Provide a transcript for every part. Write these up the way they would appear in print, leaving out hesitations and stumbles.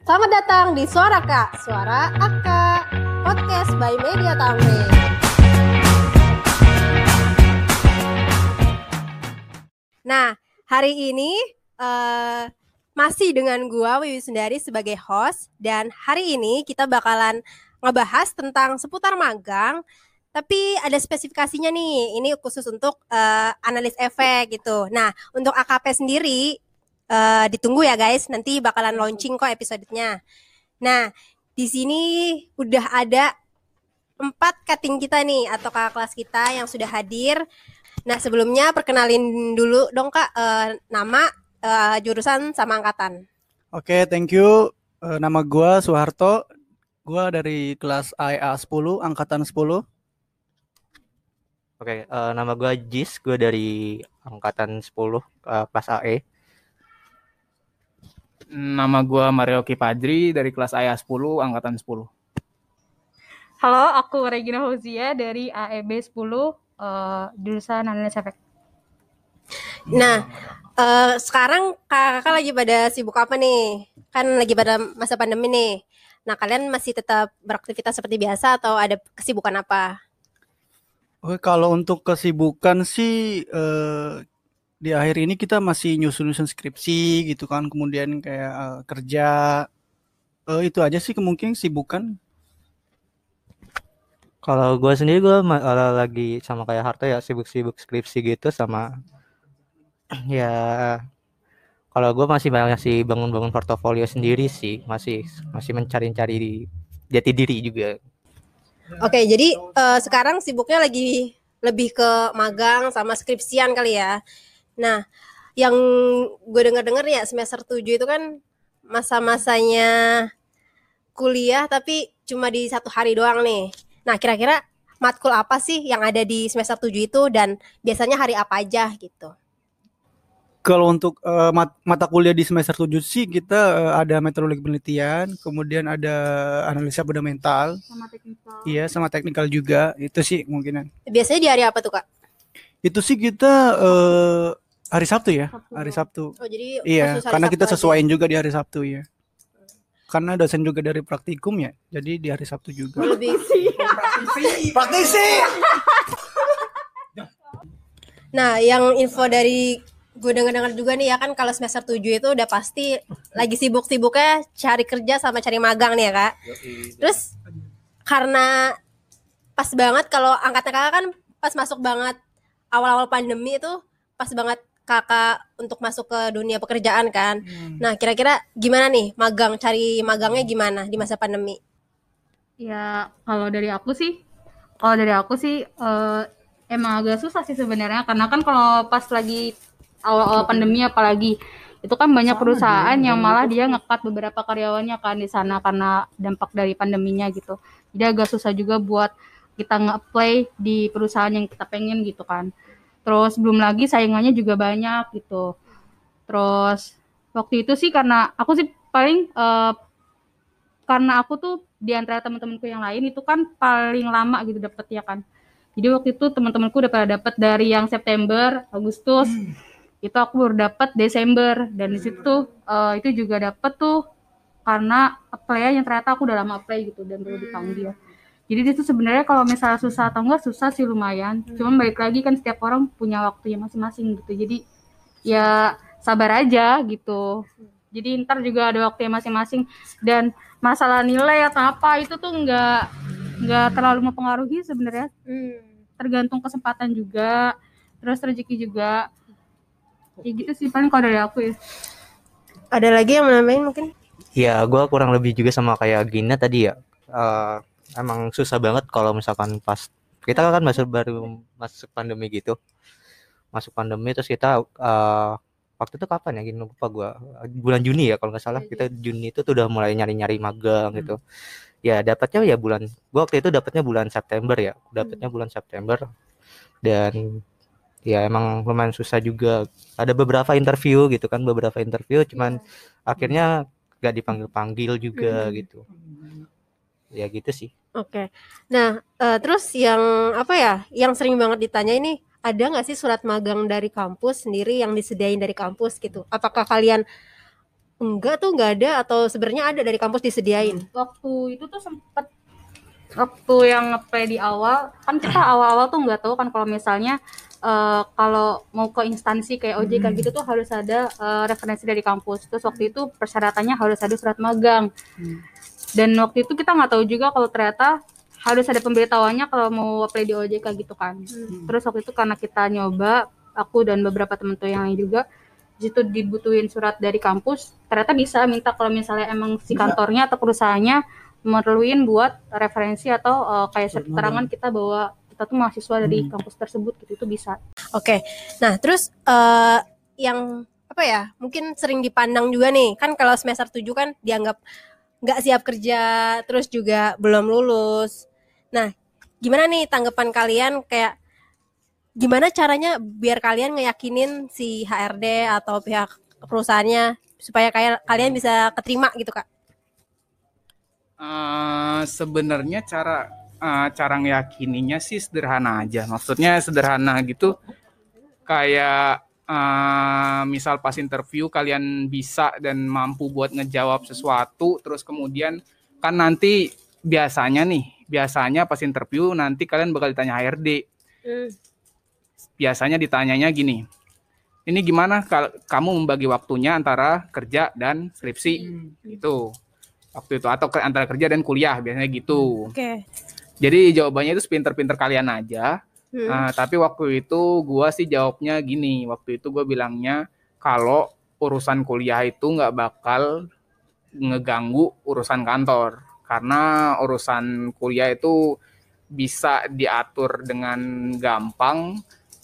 Selamat datang di Suara Kak, Suara Aka, podcast by Media Tamrin. Nah, hari ini masih dengan gua Wiwi Sundari sebagai host, dan hari ini kita bakalan ngebahas tentang seputar magang. Tapi ada spesifikasinya nih, ini khusus untuk analis efek gitu. Nah, untuk AKP sendiri ditunggu ya guys, nanti bakalan launching kok episodenya. Nah, di sini udah ada 4 cutting kita nih atau kakak kelas kita yang sudah hadir. Nah, sebelumnya perkenalin dulu dong Kak, nama, jurusan sama angkatan. Oke, thank you. Nama gua Soeharto. Gua dari kelas IA 10, angkatan 10. Oke, nama gue Jis, gue dari angkatan 10, kelas AE. Nama gue Mario Kipadri dari kelas IA 10, angkatan 10. Halo, aku Regina Hozia dari AEB 10, jurusan analis efek. Nah, sekarang kakak lagi pada sibuk apa nih? Kan lagi pada masa pandemi nih. Nah, kalian masih tetap beraktivitas seperti biasa atau ada kesibukan apa? Oke, kalau untuk kesibukan sih di akhir ini kita masih nyusun-nyusun skripsi gitu kan, kemudian kayak kerja. Itu aja sih kemungkinan kesibukan. Kalau gue sendiri gue lagi sama kayak Harto ya, sibuk-sibuk skripsi gitu sama ya. Kalau gue masih bangun-bangun portofolio sendiri sih, masih mencari-cari jati diri juga. Oke, jadi sekarang sibuknya lagi lebih ke magang sama skripsian kali ya. Nah, yang gue dengar-dengar ya semester 7 itu kan masa-masanya kuliah tapi cuma di 1 hari doang nih. Nah, kira-kira matkul apa sih yang ada di semester 7 itu dan biasanya hari apa aja gitu? Kalau untuk mata kuliah di semester 7 sih kita ada metodologi penelitian, kemudian ada analisa fundamental. Sama teknikal. Iya, sama teknikal juga. Itu sih kemungkinan. Biasanya di hari apa tuh, Kak? Itu sih kita hari Sabtu ya, hari Sabtu. Oh, jadi Iya, khusus hari karena Sabtu kita aja. sesuaiin juga di hari Sabtu ya. Karena dosen juga dari praktikum ya, jadi di hari Sabtu juga. Lebih. Praktisi. Nah, yang info dari gue dengar-dengar juga nih ya kan, kalau semester 7 itu udah pasti lagi sibuk-sibuknya cari kerja sama cari magang nih ya Kak. Terus karena pas banget kalau angkatan kakak kan pas masuk banget awal-awal pandemi itu pas banget kakak untuk masuk ke dunia pekerjaan kan. Nah, kira-kira gimana nih cari magangnya gimana di masa pandemi? Ya, kalau dari aku sih emang agak susah sih sebenarnya, karena kan kalau pas lagi awal-awal pandemi apalagi itu kan banyak perusahaan yang malah dia nge-cut beberapa karyawannya kan di sana karena dampak dari pandeminya gitu. Jadi agak susah juga buat kita nge-apply di perusahaan yang kita pengen gitu kan. Terus belum lagi saingannya juga banyak gitu. Terus waktu itu sih karena aku sih paling karena aku tuh di antara teman-temanku yang lain itu kan paling lama gitu dapetnya kan. Jadi waktu itu teman-temanku udah pada dapet dari yang September, Agustus. Itu aku baru dapet Desember, dan di situ itu juga dapet tuh karena apply yang ternyata aku udah lama apply gitu dan baru dipanggil. Jadi itu sebenarnya kalau misalnya susah atau enggak, susah sih lumayan. Cuman balik lagi kan setiap orang punya waktunya masing-masing gitu. Jadi ya sabar aja gitu. Jadi ntar juga ada waktunya masing-masing, dan masalah nilai atau apa itu tuh nggak terlalu mempengaruhi sebenarnya. Tergantung kesempatan juga, terus rezeki juga. Ya gitu sih paling kalau dari aku ya. Ada lagi yang menambahin mungkin? Ya, gue kurang lebih juga sama kayak Gina tadi ya. Emang susah banget kalau misalkan pas kita kan baru masuk pandemi gitu. Masuk pandemi terus kita waktu itu kapan ya? Gini lupa gue. Bulan Juni ya kalau nggak salah. Kita Juni itu tuh udah mulai nyari-nyari magang gitu. Ya dapatnya ya gue waktu itu dapatnya bulan September ya. Dapatnya bulan September, dan ya emang lumayan susah juga. Ada beberapa interview gitu kan, cuman akhirnya gak dipanggil juga gitu. Ya gitu sih. Oke. Nah, terus yang apa ya? Yang sering banget ditanya ini, ada nggak sih surat magang dari kampus sendiri yang disediain dari kampus gitu? Apakah kalian enggak tuh nggak ada atau sebenarnya ada dari kampus disediain? Waktu itu tuh sempet waktu yang nge-play di awal kan kita awal-awal tuh nggak tahu kan kalau misalnya kalau mau ke instansi kayak OJK gitu tuh harus ada referensi dari kampus. Terus waktu itu persyaratannya harus ada surat magang. Dan waktu itu kita nggak tahu juga kalau ternyata harus ada pemberitahuannya kalau mau apply di OJK gitu kan. Terus waktu itu karena kita nyoba, aku dan beberapa teman-teman yang lain juga, di situ dibutuhin surat dari kampus, ternyata bisa minta kalau misalnya emang si kantornya atau perusahaannya merluin buat referensi atau kayak keterangan kita bahwa kita tuh mahasiswa dari kampus tersebut gitu, itu bisa. Oke. Nah, terus yang apa ya? Mungkin sering dipandang juga nih, kan kalau semester 7 kan dianggap nggak siap kerja, terus juga belum lulus. Nah, gimana nih tanggapan kalian, kayak gimana caranya biar kalian ngeyakinin si HRD atau pihak perusahaannya supaya kalian bisa keterima gitu, Kak? Sebenarnya cara ngeyakininya sih sederhana aja. Maksudnya sederhana gitu, kayak misal pas interview kalian bisa dan mampu buat ngejawab sesuatu, terus kemudian kan nanti biasanya pas interview nanti kalian bakal ditanya HRD. Biasanya ditanyanya gini, ini gimana kamu membagi waktunya antara kerja dan skripsi gitu waktu itu, atau antara kerja dan kuliah, biasanya gitu. Oke. Jadi jawabannya itu sepinter-pinter kalian aja. Tapi waktu itu gue sih jawabnya gini. Waktu itu gue bilangnya kalau urusan kuliah itu nggak bakal ngeganggu urusan kantor. Karena urusan kuliah itu bisa diatur dengan gampang.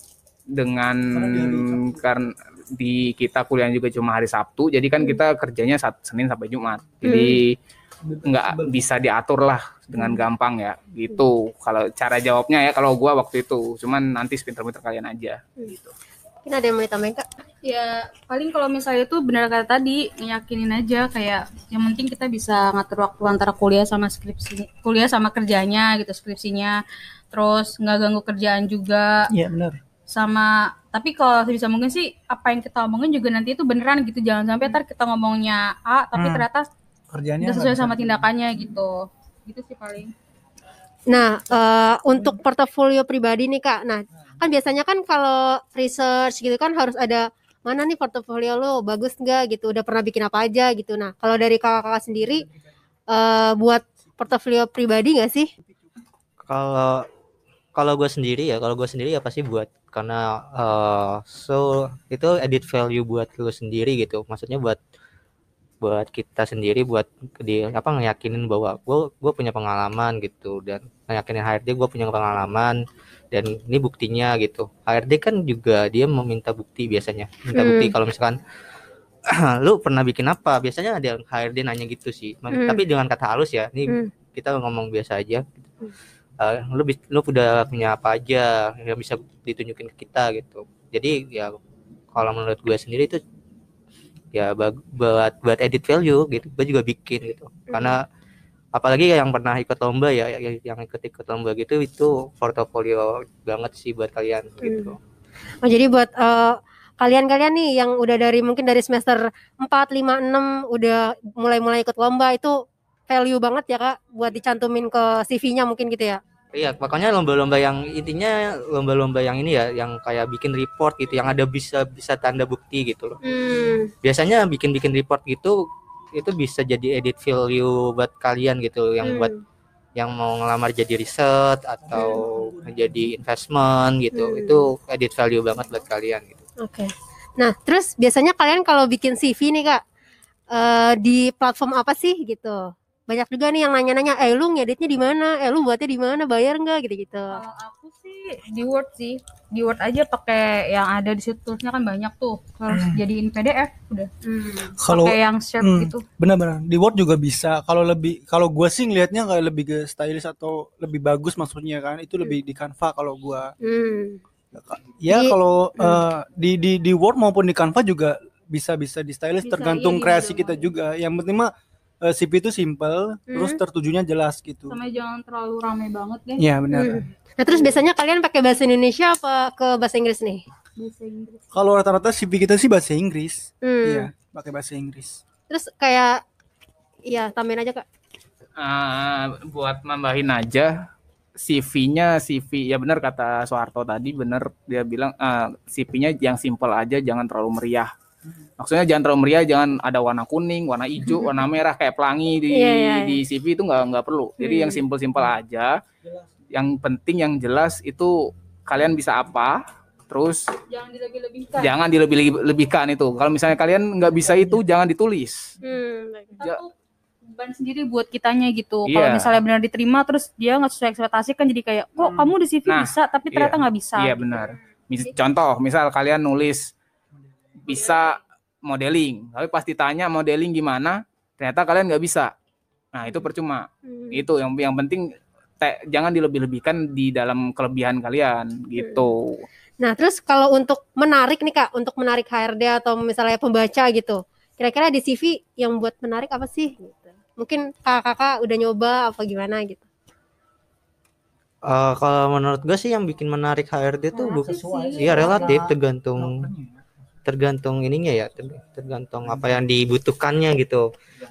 Karena di kita kuliah juga cuma hari Sabtu. Jadi kan kita kerjanya Senin sampai Jumat. Jadi nggak bisa diatur lah dengan gampang ya gitu. Kalau cara jawabnya ya kalau gua waktu itu, cuman nanti sepinter-pinter kalian aja gitu. Mungkin ada yang mau ditambahin, Kak? Ya paling kalau misalnya itu benar kata tadi, ngeyakinin aja kayak yang penting kita bisa ngatur waktu antara kuliah sama kerjanya gitu, skripsinya, terus nggak ganggu kerjaan juga. Iya benar. Sama tapi kalau bisa mungkin sih apa yang kita omongin juga nanti itu beneran gitu, jangan sampai ntar kita ngomongnya A tapi ternyata Kerjanya udah sesuai sama tindakannya gitu sih paling. Nah, untuk portofolio pribadi nih, Kak. Nah, kan biasanya kan kalau research gitu kan harus ada mana nih portofolio lo, bagus nggak gitu, udah pernah bikin apa aja gitu. Nah, kalau dari kakak-kakak sendiri buat portofolio pribadi nggak sih? Kalau gue sendiri ya pasti buat, karena itu edit value buat lu sendiri gitu. Maksudnya buat kita sendiri, buat ngeyakinin bahwa gue punya pengalaman gitu, dan ngeyakinin HRD gue punya pengalaman dan ini buktinya gitu. HRD kan juga dia meminta bukti, biasanya minta bukti kalau misalkan lu pernah bikin apa, biasanya ada HRD nanya gitu sih. Tapi dengan kata halus ya, ini kita ngomong biasa aja. Lu udah punya apa aja yang bisa ditunjukin ke kita gitu. Jadi ya kalau menurut gue sendiri itu ya buat edit value gitu, gue juga bikin gitu. Karena apalagi yang pernah ikut lomba ya, yang ikut lomba gitu, itu portofolio banget sih buat kalian gitu. Oh, jadi buat kalian-kalian nih yang udah mungkin dari semester 4, 5, 6 udah mulai ikut lomba, itu value banget ya, Kak, buat dicantumin ke CV-nya mungkin gitu ya. Iya, makanya lomba-lomba yang intinya lomba-lomba yang ini ya, yang kayak bikin report gitu, yang ada bisa tanda bukti gitu loh. Biasanya bikin report gitu, itu bisa jadi edit value buat kalian gitu, yang buat yang mau ngelamar jadi riset atau jadi investment gitu. Itu edit value banget buat kalian gitu. Oke. Nah, terus biasanya kalian kalau bikin CV nih, Kak, di platform apa sih gitu? Banyak juga nih yang nanya-nanya, lu ngeditnya di mana? Lu buatnya di mana? Bayar nggak gitu-gitu? Kalau aku sih di Word aja, pakai yang ada di situ tulisnya kan banyak tuh. Harus jadiin PDF udah. Kalau Pakai yang shape gitu. Benar-benar di Word juga bisa. Kalau gue sih ngelihatnya kayak lebih ke stylish atau lebih bagus, maksudnya kan itu lebih di Canva kalau gue. Ya kalau di Word maupun di Canva juga bisa di stylish, tergantung kreasi kita juga. Yang penting mah CV itu simple, terus tertujunya jelas gitu. Sama jangan terlalu rame banget deh. Iya benar. Nah, terus biasanya kalian pakai bahasa Indonesia apa ke bahasa Inggris nih? Bahasa Inggris. Kalau rata-rata CV kita sih bahasa Inggris. Iya, pakai bahasa Inggris. Terus kayak iya tambahin aja Kak. Buat nambahin aja CV-nya ya benar kata Soeharto tadi, benar dia bilang CV-nya yang simple aja, jangan terlalu meriah. Maksudnya jangan terlalu meriah, jangan ada warna kuning, warna hijau, warna merah kayak pelangi di CV itu nggak perlu. Jadi yang simple-simple aja. Yang penting yang jelas itu kalian bisa apa, terus jangan dilebih-lebihkan itu. Kalau misalnya kalian nggak bisa itu, jangan ditulis. Beban sendiri buat kitanya gitu. Iya. Kalau misalnya benar diterima terus dia nggak sesuai ekspektasi kan jadi kayak kok kamu di CV bisa tapi ternyata nggak bisa. Iya gitu. benar. Contoh misal kalian nulis bisa modeling, tapi pas ditanya modeling gimana, ternyata kalian nggak bisa. Nah itu percuma. Itu yang penting jangan dilebih-lebihkan di dalam kelebihan kalian gitu. Nah, terus kalau untuk menarik nih Kak, untuk menarik HRD atau misalnya pembaca gitu, kira-kira di CV yang buat menarik apa sih? Gitu. Mungkin kakak udah nyoba apa gimana gitu? Kalau menurut gue sih yang bikin menarik HRD tuh iya relatif, tergantung ininya ya, tergantung apa yang dibutuhkannya gitu.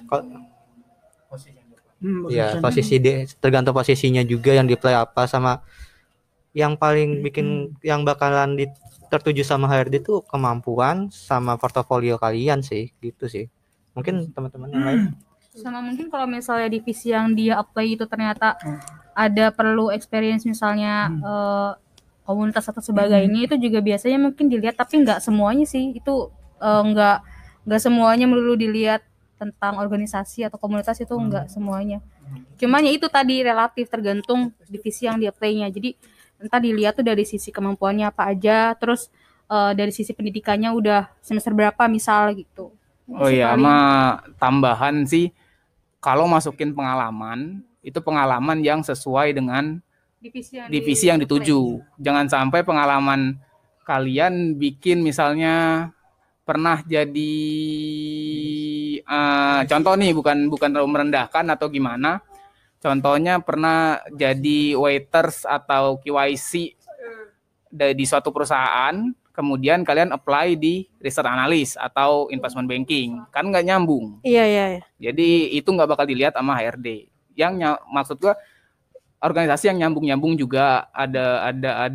Ya tergantung posisinya juga yang di play apa, sama yang paling bikin yang bakalan tertuju sama HRD tuh kemampuan sama portofolio kalian sih, gitu sih. Mungkin teman-teman yang lain. Sama mungkin kalau misalnya divisi yang dia apply itu ternyata ada perlu experience misalnya komunitas atau sebagainya, itu juga biasanya mungkin dilihat, tapi nggak semuanya sih itu nggak semuanya melulu dilihat tentang organisasi atau komunitas, itu enggak semuanya. Cuman ya itu tadi relatif tergantung divisi yang dia play-nya. Jadi entah dilihat tuh dari sisi kemampuannya apa aja, terus dari sisi pendidikannya udah semester berapa misal gitu. Oh iya, sama tambahan sih kalau masukin pengalaman, itu pengalaman yang sesuai dengan divisi yang dituju. Jangan sampai pengalaman kalian bikin misalnya pernah jadi contoh nih, bukan terlalu merendahkan atau gimana. Contohnya pernah jadi waiters atau QIC di suatu perusahaan, kemudian kalian apply di research analyst atau investment banking, kan nggak nyambung. Iya. Jadi itu nggak bakal dilihat sama HRD. Maksud gua organisasi yang nyambung juga ada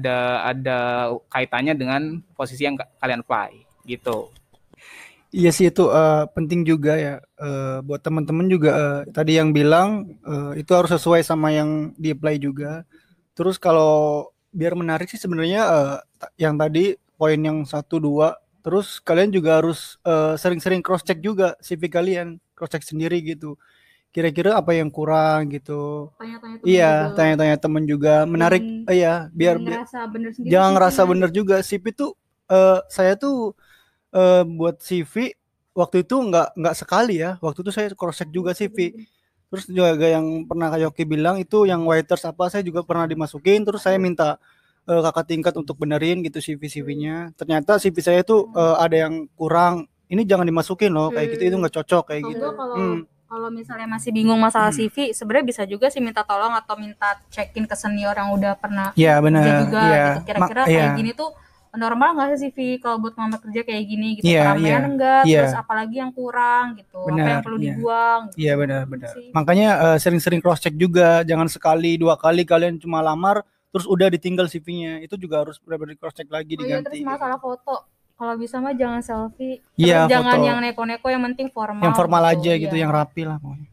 kaitannya dengan posisi yang kalian apply gitu. Iya sih itu penting juga ya buat teman-teman juga tadi yang bilang itu harus sesuai sama yang di apply juga. Terus kalau biar menarik sih sebenarnya yang tadi poin yang 1, 2, terus kalian juga harus sering-sering cross check juga CV kalian, cross check sendiri gitu. Kira-kira apa yang kurang gitu. Tanya-tanya teman juga menarik. Iya, biar jangan ngerasa bener juga. CV tuh saya tuh buat CV waktu itu nggak sekali ya. Waktu itu saya cross check juga CV. Terus juga yang pernah Kak Yoki bilang itu yang waiters apa, saya juga pernah dimasukin. Terus saya minta kakak tingkat untuk benerin gitu CV-nya. Ternyata CV saya tuh ada yang kurang. Ini jangan dimasukin loh kayak gitu, itu nggak cocok kayak gitu. Kalau misalnya masih bingung masalah CV, sebenarnya bisa juga sih minta tolong atau minta check-in ke senior yang udah pernna kerja juga gitu. Kira-kira kayak gini tuh normal nggak sih CV kalau buat ngelamar kerja kayak gini gitu, keramaian enggak, terus apalagi yang kurang gitu, apa yang perlu dibuang gitu. Iya benar. Makanya sering-sering cross check juga, jangan sekali 2 kali kalian cuma lamar terus udah ditinggal CV-nya, itu juga harus benar-benar cross check lagi, diganti. Terus masalah foto, kalau bisa mah jangan selfie, terus jangan foto yang neko-neko, yang penting formal. Yang formal gitu aja gitu, yang rapi lah pokoknya.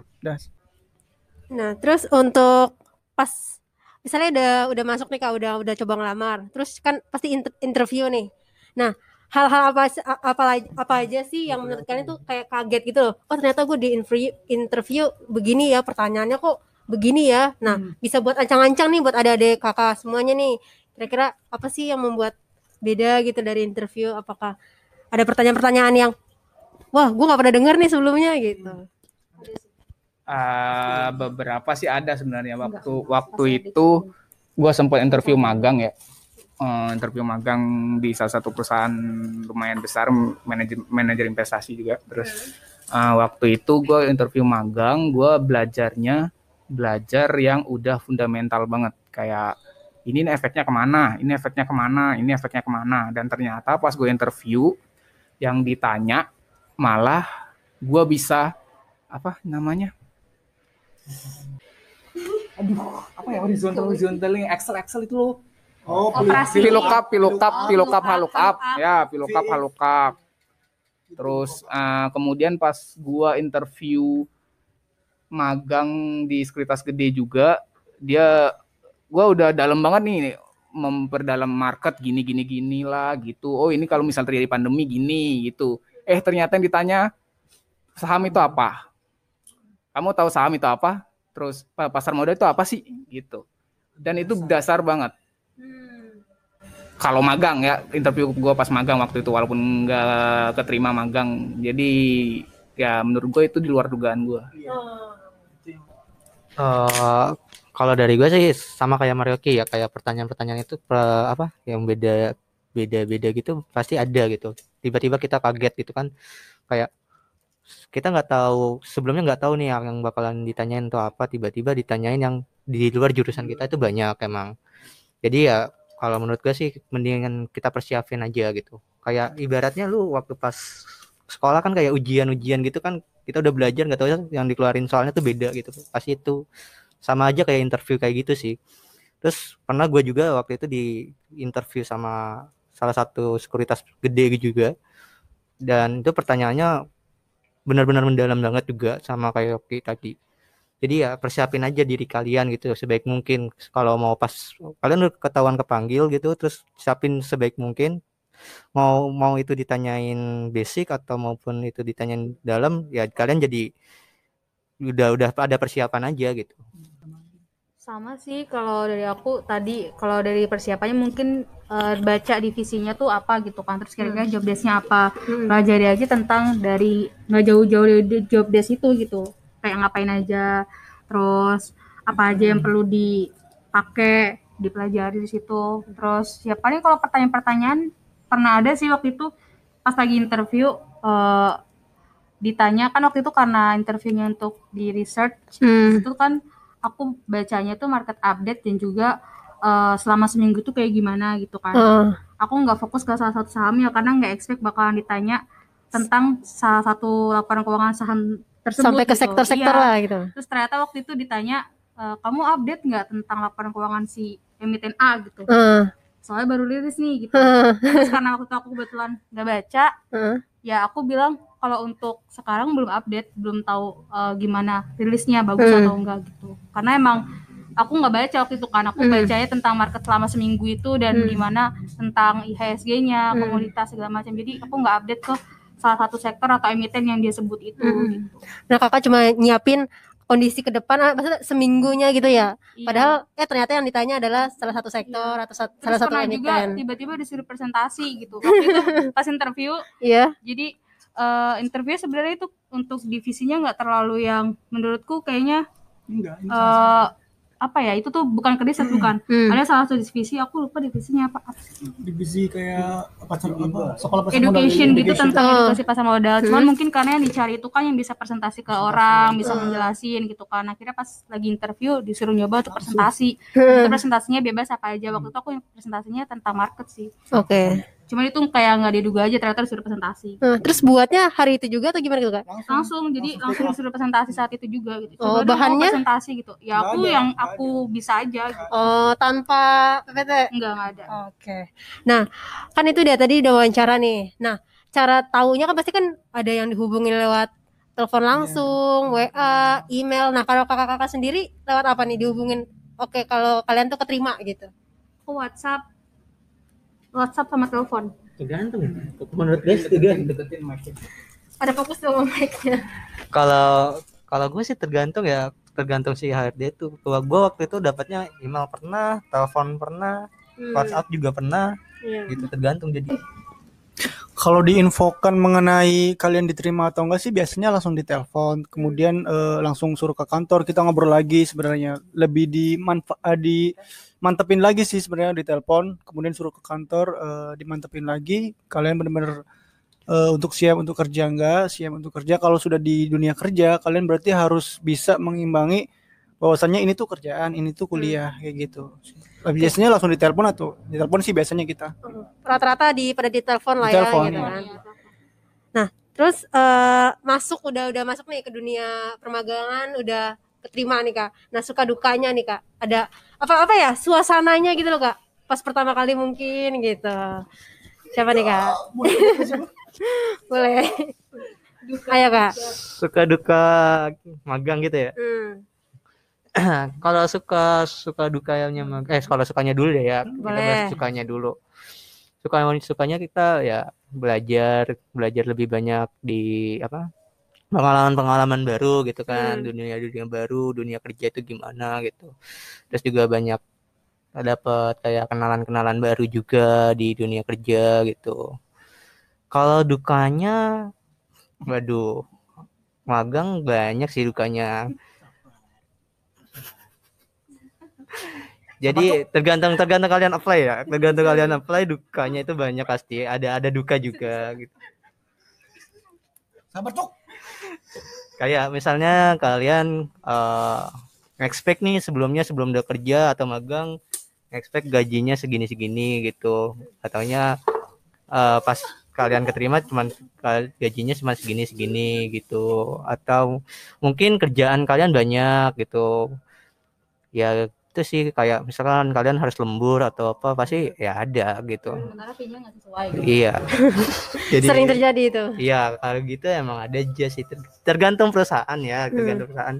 Nah, terus untuk pas misalnya udah masuk nih Kak, udah coba ngelamar, terus kan pasti interview nih. Nah, hal-hal apa aja sih yang menurut kalian tuh kayak kaget gitu loh. Oh ternyata gue di interview begini ya, pertanyaannya kok begini ya. Nah, bisa buat ancang-ancang nih buat adik-adik kakak semuanya nih. Kira-kira apa sih yang membuat beda gitu dari interview? Apakah ada pertanyaan-pertanyaan yang wah gue nggak pernah dengar nih sebelumnya gitu? Beberapa sih ada sebenarnya. Waktu itu gue sempat interview magang ya, interview magang di salah satu perusahaan lumayan besar, manajer investasi juga. Terus waktu itu gue interview magang, gue belajar yang udah fundamental banget, kayak ini efeknya kemana, ini efeknya kemana. Dan ternyata pas gue interview yang ditanya malah gua bisa apa namanya? Aduh, apa ya horizontal ini Excel itu loh. Oh, Operasi. VLOOKUP, VLOOKUP. Ya, VLOOKUP, VLOOKUP. Terus kemudian pas gua interview magang di Sekuritas Gede juga, gua udah dalam banget nih memperdalam market gini lah gitu. Oh, ini kalau misal terjadi pandemi gini gitu. Ternyata yang ditanya saham itu apa? Kamu tahu saham itu apa? Terus pasar modal itu apa sih gitu. Dan itu dasar banget. Kalau magang ya, interview gue pas magang waktu itu walaupun nggak keterima magang, jadi ya menurut gue itu di luar dugaan gue. Kalau dari gue sih sama kayak Marioki ya, kayak pertanyaan-pertanyaan itu apa yang beda gitu pasti ada gitu. Tiba-tiba kita kaget gitu kan, kayak kita nggak tahu sebelumnya, nggak tahu nih yang bakalan ditanyain itu apa, tiba-tiba ditanyain yang di luar jurusan kita itu banyak emang. Jadi ya kalau menurut gue sih mendingan kita persiapin aja gitu. Kayak ibaratnya lu waktu pas sekolah kan kayak ujian gitu kan, kita udah belajar nggak tahu yang dikeluarin soalnya tuh beda gitu. Pasti itu sama aja kayak interview kayak gitu sih. Terus pernah gue juga waktu itu di interview sama salah satu sekuritas gede juga, dan itu pertanyaannya benar-benar mendalam banget juga sama kayak Yoki tadi. Jadi ya persiapin aja diri kalian gitu sebaik mungkin. Kalau mau pas kalian udah ketahuan kepanggil gitu, terus siapin sebaik mungkin. Mau itu ditanyain basic atau maupun itu ditanyain dalam, ya kalian jadi udah ada persiapan aja gitu. Sama sih kalau dari aku tadi, kalau dari persiapannya mungkin baca divisinya tuh apa gitu kan, terus kira-kira job desk-nya apa, pelajari aja tentang dari nggak jauh-jauh dari job desk itu gitu, kayak ngapain aja, terus apa aja yang perlu dipakai, dipelajari di situ. Terus ya paling kalau pertanyaan-pertanyaan pernah ada sih waktu itu pas lagi interview, ditanya kan waktu itu karena interviewnya untuk di research, itu kan aku bacanya tuh market update dan juga selama seminggu tuh kayak gimana gitu kan. Aku nggak fokus ke salah satu sahamnya karena nggak expect bakalan ditanya tentang salah satu laporan keuangan saham tersebut. Sampai ke gitu. sektor-sektor Iya. lah gitu. Terus ternyata waktu itu ditanya, kamu update nggak tentang laporan keuangan si emiten A gitu. Soalnya baru rilis nih gitu. Terus karena waktu itu aku kebetulan nggak baca, ya aku bilang kalau untuk sekarang belum update, belum tahu gimana rilisnya bagus atau enggak gitu. Karena emang aku nggak baca waktu itu kan, aku bacanya tentang market selama seminggu itu dan gimana tentang IHSG-nya, komoditas segala macam. Jadi aku nggak update ke salah satu sektor atau emiten yang dia sebut itu. Gitu. Nah kakak cuma nyiapin kondisi ke depan, maksudnya seminggunya gitu ya. Iya. Padahal ternyata yang ditanya adalah salah satu sektor atau salah Terus satu pernah juga emiten. tiba-tiba disuruh presentasi gitu. Waktu itu pas interview, Iya. jadi interview sebenarnya itu untuk divisinya nggak terlalu yang menurutku kayaknya apa ya, itu tuh bukan ke riset, bukan. Ada salah satu divisi, aku lupa divisinya apa. Divisi kayak sekolah pasar Education gitu, tentang edukasi pasar modal. Cuman mungkin karena yang dicari itu kan yang bisa presentasi ke orang, bisa menjelasin gitu kan. Akhirnya pas lagi interview disuruh nyoba untuk presentasi. Itu presentasinya bebas apa aja. Waktu itu aku presentasinya tentang market sih. Oke. Cuman itu kayak nggak diduga aja ternyata disuruh presentasi. Terus buatnya hari itu juga atau gimana gitu kak? Langsung disuruh presentasi saat itu juga gitu. Oh, Coba dong bahannya? mau presentasi gitu. Ya aku bisa aja gitu. Oh, tanpa PPT? Nggak ada. Oke. Nah, kan itu dia tadi udah wawancara nih. Nah, cara taunya kan pasti kan ada yang dihubungin lewat telepon langsung, WA, email. Nah, kalau kakak-kakak sendiri lewat apa nih dihubungin? Oke, kalau kalian tuh keterima gitu. Aku WhatsApp sama telepon. Tergantung. Menurut guys tergantung. Pada fokus sama mic-nya. Kalau gue sih tergantung si HRD itu. Gue waktu itu dapatnya email pernah, telepon pernah, WhatsApp juga pernah. Gitu tergantung jadi. Kalau diinfokan mengenai kalian diterima atau enggak sih biasanya langsung ditelepon, kemudian langsung suruh ke kantor, kita ngobrol lagi. Sebenarnya lebih dimantepin lagi sih sebenarnya di telepon, kemudian suruh ke kantor, dimantepin lagi kalian benar-benar untuk siap untuk kerja enggak, siap untuk kerja. Kalau sudah di dunia kerja kalian berarti harus bisa mengimbangi bahwasannya ini tuh kerjaan, ini tuh kuliah kayak gitu. Biasanya langsung ditelepon atau ditelepon sih biasanya kita. Rata-rata pada ditelepon lah Ditelepon, ya gitu iya. kan. Nah, Terus udah masuk nih ke dunia permagangan, udah keterima nih Kak. Nah, suka dukanya nih Kak. Ada apa ya? Suasananya gitu loh Kak. Pas pertama kali mungkin gitu. Siapa nih Kak? Boleh. Ayo Kak. Suka duka magang gitu ya. Kalau suka dukanya kalau sukanya dulu deh ya. Kita Boleh. bahas sukanya dulu. Sukanya kita ya belajar lebih banyak di pengalaman baru gitu kan, dunia baru, dunia kerja itu gimana gitu. Terus juga banyak dapat kayak kenalan baru juga di dunia kerja gitu. Kalau dukanya, waduh, magang banyak sih dukanya. Jadi tergantung kalian apply ya. Tergantung kalian apply, dukanya itu banyak pasti. Ada duka juga gitu. Sabar cok. Kayak misalnya kalian expect nih sebelum udah kerja atau magang, expect gajinya segini gitu. Ataunya pas kalian keterima cuman gajinya cuma segini gitu. Atau mungkin kerjaan kalian banyak gitu. Ya itu sih, kayak misalkan kalian harus lembur atau apa, pasti ya ada gitu. Sementara fee-nya nggak sesuai gitu. Iya. Jadi Sering terjadi itu. iya, kalau gitu emang ada aja sih, tergantung perusahaan ya, tergantung perusahaan.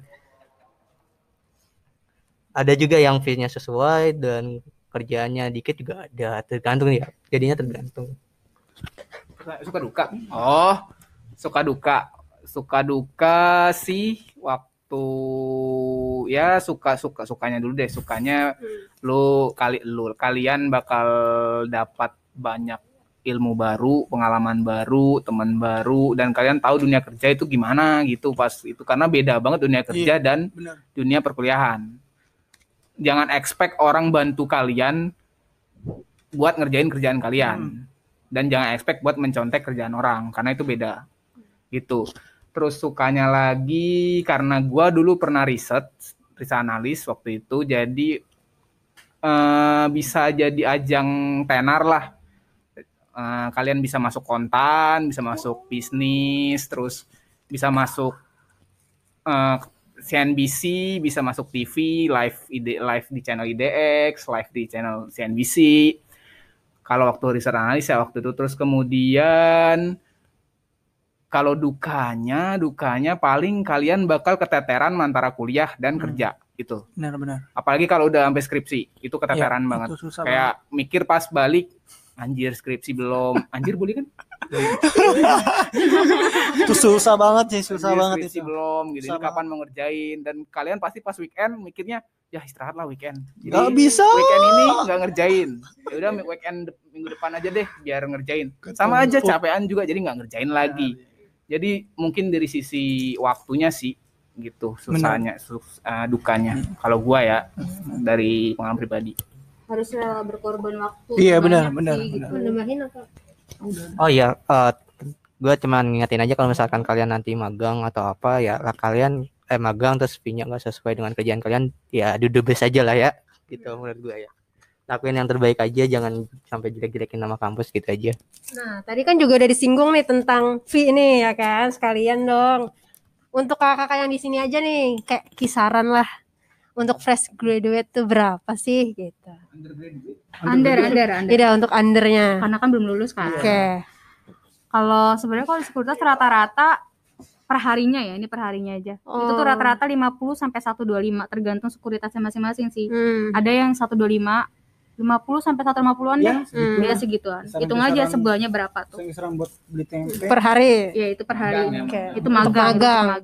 Ada juga yang fee-nya sesuai dan kerjaannya dikit juga ada, tergantung ya. Jadinya tergantung. Suka duka. Oh, suka duka sih waktu ya sukanya dulu deh. Sukanya kalian bakal dapat banyak ilmu baru, pengalaman baru, teman baru, dan kalian tahu dunia kerja itu gimana gitu pas itu, karena beda banget dunia kerja dan dunia perkuliahan. Jangan expect orang bantu kalian buat ngerjain kerjaan kalian. Dan jangan expect buat mencontek kerjaan orang, karena itu beda gitu. Terus sukanya lagi karena gue dulu pernah riset analis waktu itu, jadi bisa jadi ajang tenar lah. Kalian bisa masuk kontan, bisa masuk bisnis, terus bisa masuk CNBC, bisa masuk TV, live di channel IDX, live di channel CNBC. Kalau waktu riset analis ya waktu itu. Terus kemudian kalau dukanya paling kalian bakal keteteran antara kuliah dan kerja gitu. Benar. Apalagi kalau udah sampai skripsi, itu keteteran banget. Itu susah kayak banget. Mikir pas balik, anjir skripsi belum. Anjir boleh kan? Itu susah banget sih, skripsi itu. Belum gitu. Ini kapan mau ngerjain, dan kalian pasti pas weekend mikirnya ya istirahat lah weekend. Jadi gak bisa. Weekend ini nggak ngerjain. Ya udah weekend minggu depan aja deh biar ngerjain. Sama aja capean juga, jadi nggak ngerjain lagi. Jadi mungkin dari sisi waktunya sih gitu susahnya, dukanya. Kalau gua ya dari pengalaman pribadi. Harus rela berkorban waktu. Iya benar. Gitu. Nambahin apa? Oh iya, gue cuman ngingetin aja kalau misalkan kalian nanti magang atau apa ya, kalian magang terus fee-nya nggak sesuai dengan kerjaan kalian, ya do the best aja lah ya, gitu menurut gue ya. Lakuin yang terbaik aja, jangan sampai jelek-jelekin nama kampus gitu aja. Nah, tadi kan juga udah disinggung nih tentang fee ini ya kan, sekalian dong. Untuk kakak-kakak yang di sini aja nih, kayak kisaran lah. Untuk fresh graduate tuh berapa sih gitu? Under. Tidak, untuk undernya. Karena kan belum lulus kan. Oke. Kalau sebenarnya kalau di sekuritas rata-rata perharinya ya, ini perharinya aja. Itu tuh rata-rata 50 sampai 125, tergantung sekuritasnya masing-masing sih. Ada yang 125, 50 sampai 150-an deh. Ya segituan. Hitung aja sebulannya berapa tuh. Kisaran buat beli tempe. Per hari. Ya itu per hari. Itu magang.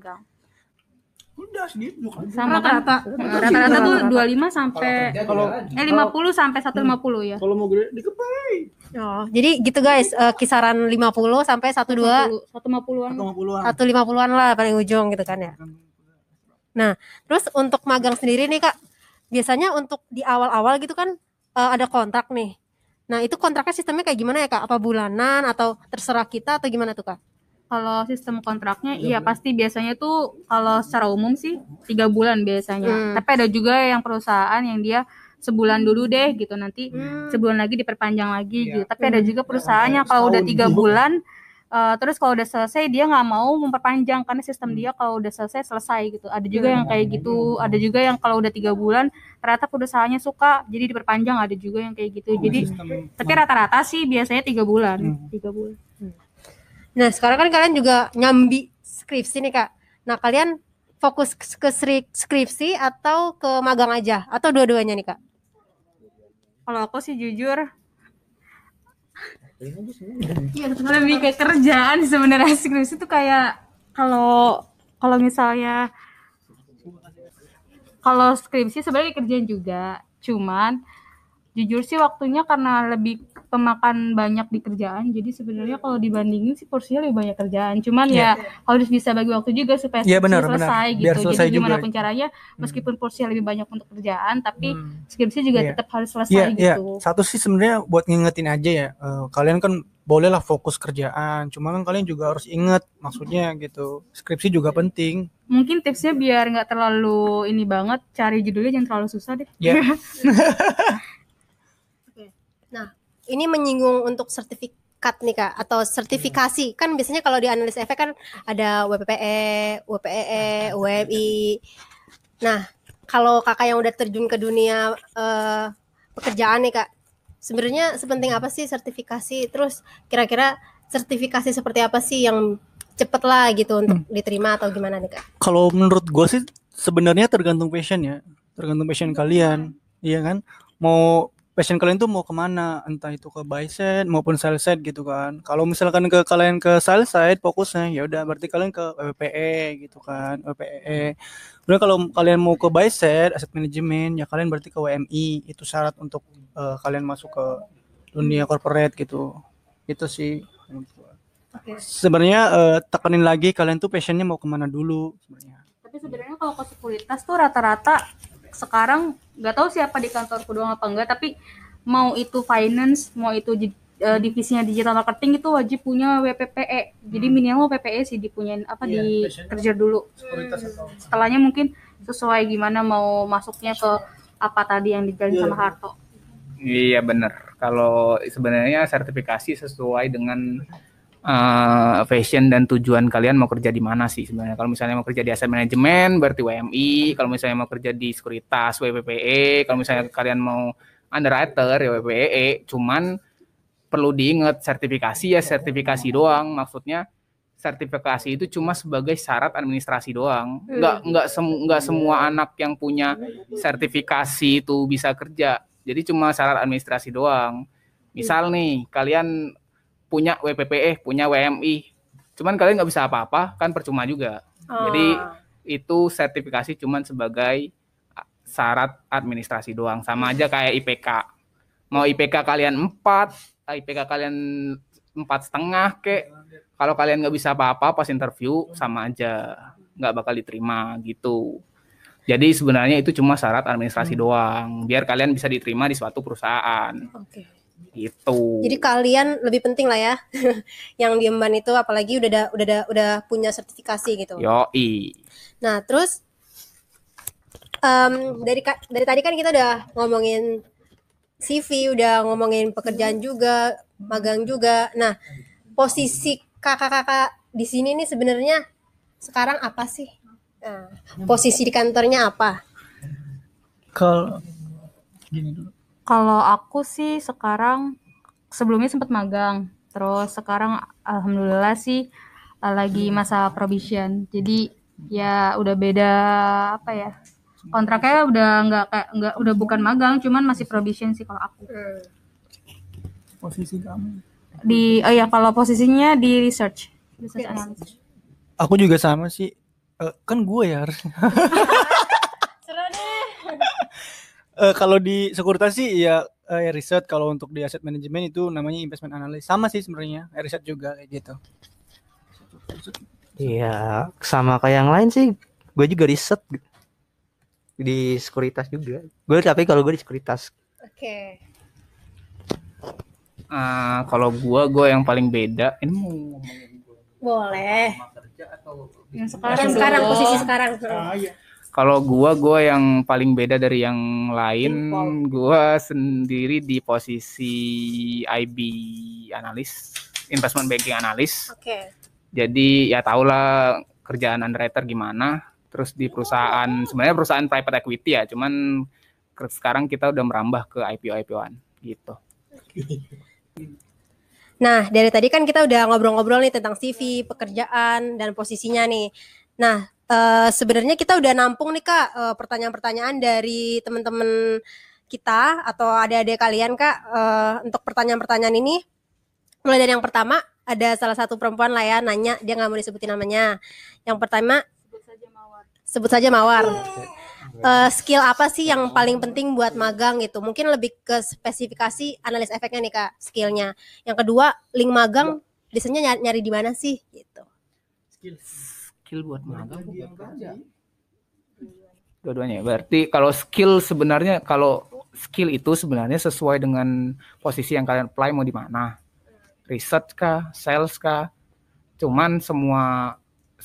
Udah segitu kan. Sama rata-rata tuh 25 sampai 50 sampai 150 ya. Kalau mau gede dikepay. Oh, jadi gitu guys, kisaran 50 sampai 150-an. 150-an lah paling ujung gitu kan ya. Nah, terus untuk magang sendiri nih Kak, biasanya untuk di awal-awal gitu kan ada kontrak nih. Nah, itu kontraknya sistemnya kayak gimana ya Kak? Apa bulanan atau terserah kita atau gimana tuh Kak? Kalau sistem kontraknya iya pasti biasanya tuh kalau secara umum sih 3 bulan biasanya. Tapi ada juga yang perusahaan yang dia sebulan dulu deh gitu, nanti sebulan lagi diperpanjang lagi gitu. Tapi ada juga perusahaan yang kalau udah 3 bulan Terus kalau udah selesai dia nggak mau memperpanjang karena sistem dia kalau udah selesai gitu. Ada juga yang kayak gitu, ada juga yang kalau udah 3 bulan ternyata perusahaannya suka jadi diperpanjang, ada juga yang kayak gitu. Jadi tapi rata-rata sih biasanya 3 bulan. 3 bulan. Nah, sekarang kan kalian juga nyambi skripsi nih, Kak. Nah, kalian fokus ke skripsi atau ke magang aja? Atau dua-duanya nih, Kak? Kalau aku sih jujur lebih ke kerjaan sebenarnya. Skripsi tuh kayak kalau misalnya kalau skripsi sebenarnya kerjaan juga, cuman jujur sih waktunya karena lebih pemakan banyak di kerjaan, jadi sebenarnya kalau dibandingin sih porsinya lebih banyak kerjaan, cuman ya harus bisa bagi waktu juga supaya Iya, skripsi benar. selesai Biar gitu. selesai Jadi juga. gimana pun caranya meskipun porsinya lebih banyak untuk kerjaan tapi skripsi juga Iya. tetap harus selesai gitu. Satu sih sebenarnya buat ngingetin aja ya, kalian kan bolehlah fokus kerjaan, cuma kan kalian juga harus inget maksudnya gitu, skripsi juga penting. Mungkin tipsnya biar nggak terlalu ini banget, cari judulnya jangan terlalu susah deh. Ya. Nah, ini menyinggung untuk sertifikat nih, Kak, atau sertifikasi. Kan biasanya kalau di analis efek kan ada WPPE, WPEE, WMI. Nah, kalau Kakak yang udah terjun ke dunia pekerjaan nih, Kak, sebenarnya sepenting apa sih sertifikasi? Terus kira-kira sertifikasi seperti apa sih yang cepet lah gitu untuk diterima atau gimana nih, Kak? Kalau menurut gue sih sebenarnya tergantung passion ya, tergantung passion kalian, iya kan? Mau passion kalian tuh mau kemana, entah itu ke buy side maupun sell side gitu kan. Kalau misalkan kalian ke sell side fokusnya, ya udah berarti kalian ke WPE gitu kan, WPE. Kemudian kalau kalian mau ke buy side asset management, ya kalian berarti ke WMI. Itu syarat untuk kalian masuk ke dunia corporate gitu. Itu sih. Sebenarnya tekanin lagi kalian tuh passionnya mau kemana dulu sebenarnya. Tapi sebenarnya kalau ke sekuritas tuh rata-rata sekarang nggak tahu siapa di kantorku doang apa enggak, tapi mau itu finance, mau itu divisinya digital marketing itu wajib punya WPPE. Jadi minimal WPPE sih dipunyain di kerja dulu. Setelahnya mungkin sesuai gimana mau masuknya ke apa tadi yang dijalin sama Harto. Iya benar. Kalau sebenarnya sertifikasi sesuai dengan fashion dan tujuan kalian mau kerja di mana sih sebenarnya. Kalau misalnya mau kerja di asset management berarti WMI, kalau misalnya mau kerja di sekuritas WPPE, kalau misalnya kalian mau underwriter ya WPE. Cuman perlu diingat sertifikasi ya sertifikasi doang. Maksudnya sertifikasi itu cuma sebagai syarat administrasi doang. Nggak semua anak yang punya sertifikasi itu bisa kerja. Jadi cuma syarat administrasi doang. Misal nih kalian punya WPPE, punya WMI, cuman kalian nggak bisa apa-apa, kan percuma juga. Jadi itu sertifikasi cuman sebagai syarat administrasi doang, sama aja kayak IPK. Mau IPK kalian 4, IPK kalian 4,5 kek, kalau kalian nggak bisa apa-apa pas interview sama aja, nggak bakal diterima gitu. Jadi sebenarnya itu cuma syarat administrasi doang, biar kalian bisa diterima di suatu perusahaan. Oke. Gitu. Jadi kalian lebih penting lah ya, yang di Emban itu apalagi udah punya sertifikasi gitu. Yoi. Nah terus dari tadi kan kita udah ngomongin CV, udah ngomongin pekerjaan juga, magang juga. Nah posisi kakak-kakak di sini nih sebenarnya sekarang apa sih? Nah, posisi di kantornya apa? Kalau gini dulu. Kalau aku sih sekarang sebelumnya sempat magang, terus sekarang alhamdulillah sih lagi masa probation. Jadi ya udah beda apa ya? Kontraknya udah nggak udah bukan magang, cuman masih probation sih kalau aku. Posisi kamu? Kalau posisinya di research analyst. Aku juga sama sih. Kan gue ya harusnya. Seru deh. Kalau di sekuritas sih ya riset, kalau untuk di asset management itu namanya investment analyst. Sama sih sebenarnya, riset juga kayak gitu. Iya, sama kayak yang lain sih. Gue juga riset di sekuritas juga. Tapi kalau gue di sekuritas. Oke. Kalau gue yang paling beda, ini mau ngomongin Boleh. kerja atau Yang Sekarang posisi sekarang. kalau gue yang paling beda dari yang lain, gue sendiri di posisi IB analis. investment banking analis. Oke. Jadi ya tahulah kerjaan underwriter gimana. Terus di perusahaan, sebenarnya perusahaan private equity ya, cuman sekarang kita udah merambah ke IPO-IPO-an gitu. Nah, dari tadi kan kita udah ngobrol-ngobrol nih tentang CV, pekerjaan, dan posisinya nih. Nah, sebenarnya kita udah nampung nih Kak pertanyaan-pertanyaan dari teman-teman kita atau adik-adik kalian Kak untuk pertanyaan-pertanyaan ini. Mulai dari yang pertama, ada salah satu perempuan lah ya nanya, dia nggak mau disebutin namanya. Yang pertama, sebut saja Mawar. Skill apa sih yang paling penting buat magang gitu? Mungkin lebih ke spesifikasi analis efeknya nih Kak, skillnya. Yang kedua, link magang biasanya nyari di mana sih gitu. Skill buat magang buat kerja. Dua-duanya. Berarti kalau skill itu sebenarnya sesuai dengan posisi yang kalian apply mau di mana. Research kah, sales kah? Cuman semua